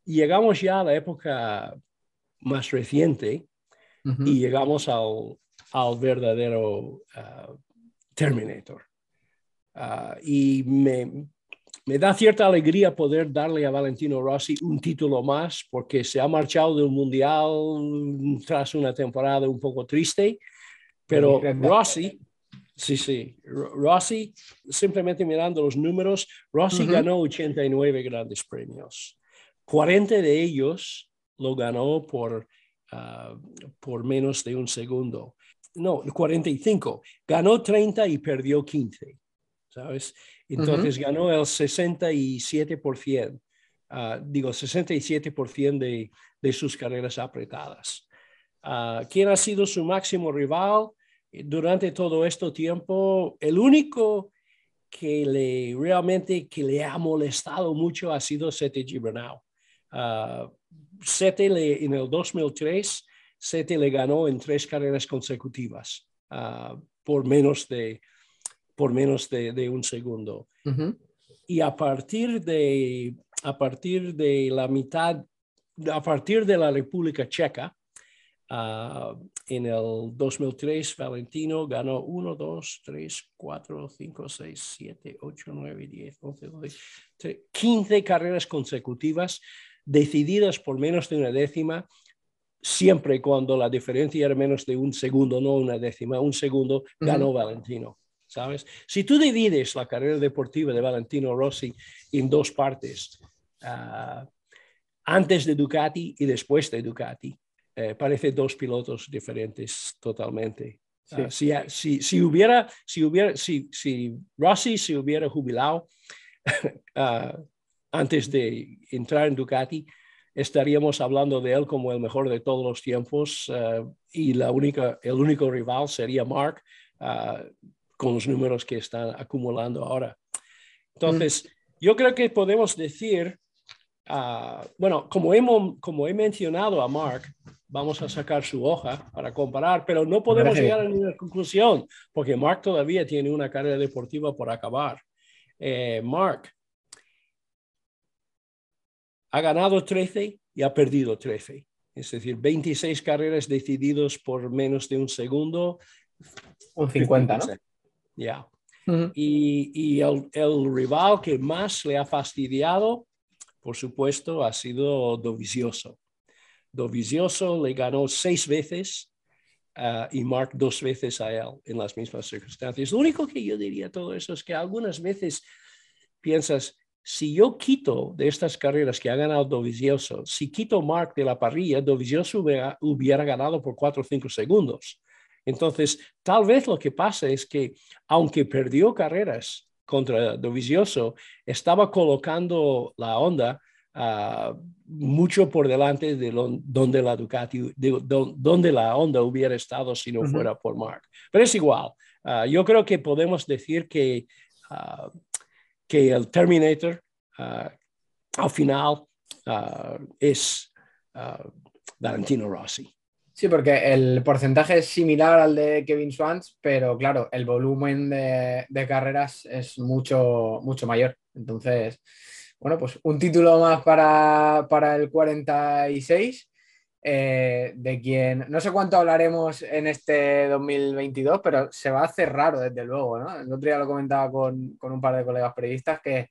llegamos ya a la época más reciente Uh-huh. y llegamos al, al verdadero uh, Terminator. Uh, y me, me da cierta alegría poder darle a Valentino Rossi un título más porque se ha marchado de un mundial tras una temporada un poco triste, pero Rossi, sí, sí, Rossi, simplemente mirando los números, Rossi uh-huh. ganó ochenta y nueve grandes premios. cuarenta de ellos lo ganó por, uh, por menos de un segundo. No, cuarenta y cinco. Ganó treinta y perdió quince, ¿sabes? Entonces uh-huh. ganó el sesenta y siete por ciento, uh, digo, sesenta y siete por ciento de, de sus carreras apretadas. Uh, ¿Quién ha sido su máximo rival durante todo este tiempo? El único que le realmente que le ha molestado mucho ha sido Sete Gibernau. Uh, Sete le, en el dos mil tres, Sete le ganó en tres carreras consecutivas uh, por menos de, por menos de, de un segundo. Uh-huh. Y a partir de, a partir de la mitad, a partir de la República Checa, Uh, en el dos mil tres, Valentino ganó uno, dos, tres, cuatro, cinco, seis, siete, ocho, nueve, diez, once, doce, trece, quince carreras consecutivas decididas por menos de una décima, siempre cuando la diferencia era menos de un segundo, no una décima, un segundo, ganó uh-huh. Valentino, ¿sabes? Si tú divides la carrera deportiva de Valentino Rossi en dos partes, uh, antes de Ducati y después de Ducati, Eh, parece dos pilotos diferentes totalmente. Sí. Uh, si, si, si hubiera, si hubiera, si, si Rossi se hubiera jubilado uh, antes de entrar en Ducati, estaríamos hablando de él como el mejor de todos los tiempos uh, y la única, el único rival sería Mark uh, con los números que están acumulando ahora. Entonces, mm. yo creo que podemos decir, uh, bueno, como, hemos, como he mencionado a Mark, vamos a sacar su hoja para comparar, pero no podemos llegar a ninguna conclusión porque Mark todavía tiene una carrera deportiva por acabar. Eh, Mark ha ganado trece y ha perdido trece, es decir, veintiséis carreras decididas por menos de un segundo. Un cincuenta, ¿no? Ya. Yeah. Uh-huh. Y, y el, el rival que más le ha fastidiado, por supuesto, ha sido Dovizioso. Dovizioso le ganó seis veces uh, y Mark dos veces a él en las mismas circunstancias. Lo único que yo diría todo eso es que algunas veces piensas, si yo quito de estas carreras que ha ganado Dovizioso, si quito Mark de la parrilla, Dovizioso hubiera, hubiera ganado por cuatro o cinco segundos. Entonces, tal vez lo que pasa es que, aunque perdió carreras contra Dovizioso, estaba colocando la Honda Uh, mucho por delante de lo, donde la Ducati, de, de, donde la Honda hubiera estado si no uh-huh. fuera por Mark. Pero es igual. Uh, yo creo que podemos decir que, uh, que el Terminator uh, al final uh, es uh, Valentino Rossi. Sí, porque el porcentaje es similar al de Kevin Schwantz, pero claro, el volumen de, de carreras es mucho, mucho mayor. Entonces, bueno, pues un título más para, para el cuarenta y seis, eh, de quien no sé cuánto hablaremos en este dos mil veintidós, pero se va a hacer raro, desde luego, ¿no? El otro día lo comentaba con, con un par de colegas periodistas que,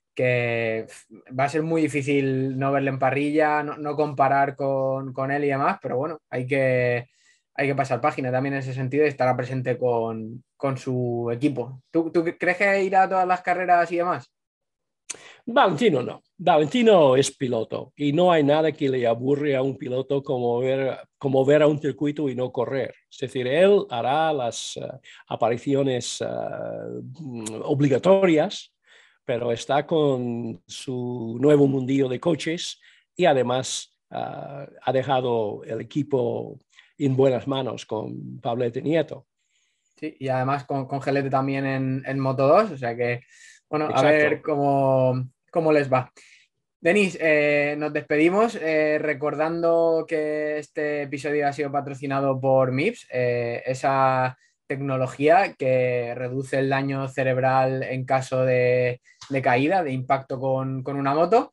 que va a ser muy difícil no verle en parrilla, no, no comparar con, con él y demás, pero bueno, hay que, hay que pasar página también en ese sentido y estará presente con, con su equipo. ¿Tú, ¿Tú crees que irá a todas las carreras y demás? Valentino no. Valentino es piloto y no hay nada que le aburre a un piloto como ver, como ver a un circuito y no correr. Es decir, él hará las uh, apariciones uh, obligatorias, pero está con su nuevo mundillo de coches y además uh, ha dejado el equipo en buenas manos con Pablete Nieto. Sí, y además con, con Gelete también en, en Moto dos, o sea que, bueno, Exacto. A ver cómo, cómo les va. Denis, eh, nos despedimos eh, recordando que este episodio ha sido patrocinado por M I P S, eh, esa tecnología que reduce el daño cerebral en caso de, de caída, de impacto con, con una moto.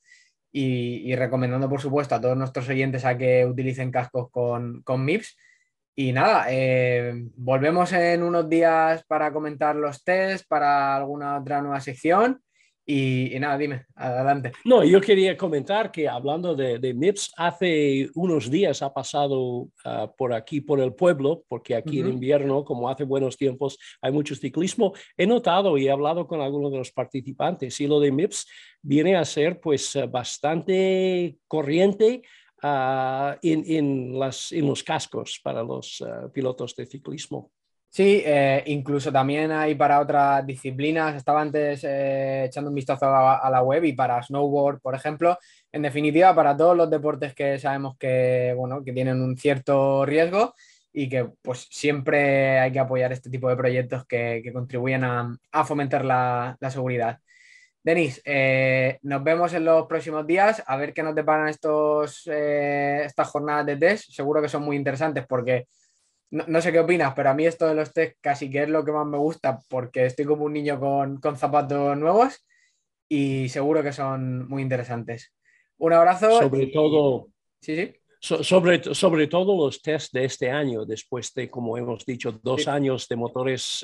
y, y recomendando, por supuesto, a todos nuestros oyentes a que utilicen cascos con, con M I P S. Y nada, eh, volvemos en unos días para comentar los test, para alguna otra nueva sección. Y, y nada, dime, adelante. No, yo quería comentar que hablando de, de M I P S, hace unos días ha pasado uh, por aquí, por el pueblo, porque aquí en Ujú. invierno, como hace buenos tiempos, hay mucho ciclismo. He notado y he hablado con algunos de los participantes y lo de M I P S viene a ser pues uh, bastante corriente uh, en, en, las, en los cascos para los uh, pilotos de ciclismo. Sí, eh, incluso también hay para otras disciplinas. Estaba antes eh, echando un vistazo a la, a la web y para snowboard, por ejemplo. En definitiva, para todos los deportes que sabemos que, bueno, que tienen un cierto riesgo y que pues siempre hay que apoyar este tipo de proyectos que, que contribuyen a, a fomentar la, la seguridad. Denis, eh, nos vemos en los próximos días a ver qué nos deparan estos, eh, estas jornadas de test. Seguro que son muy interesantes porque no, no sé qué opinas, pero a mí esto de los test casi que es lo que más me gusta porque estoy como un niño con, con zapatos nuevos y seguro que son muy interesantes. Un abrazo Sobre y todo sí, sí, So- sobre, sobre todo los test de este año, después de, como hemos dicho, dos sí, años de motores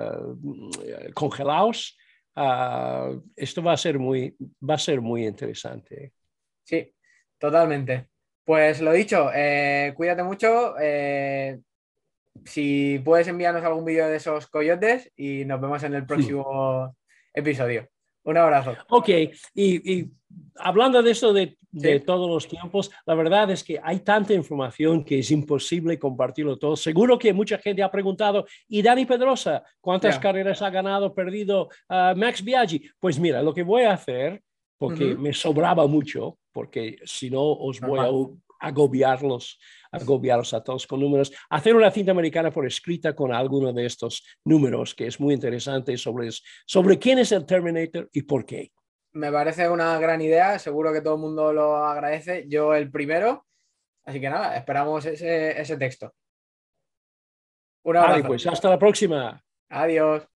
uh, congelados, uh, esto va a ser muy, va a ser muy interesante. sí, totalmente. Pues lo dicho, eh, cuídate mucho. Eh, si puedes enviarnos algún vídeo de esos coyotes y nos vemos en el próximo episodio. Un abrazo. Ok, y, y hablando de esto de, de Sí, todos los tiempos, la verdad es que hay tanta información que es imposible compartirlo todo. Seguro que mucha gente ha preguntado, ¿y Dani Pedrosa cuántas ya. carreras ha ganado, perdido uh, Max Biaggi? Pues mira, lo que voy a hacer, porque Ujú. me sobraba mucho, porque si no os voy a Normal. agobiarlos, agobiaros a todos con números, hacer una cinta americana por escrita con alguno de estos números, que es muy interesante sobre, sobre quién es el Terminator y por qué. Me parece una gran idea, seguro que todo el mundo lo agradece, yo el primero, así que nada, esperamos ese, ese texto. Un Vale, abrazo, pues hasta la próxima. adiós.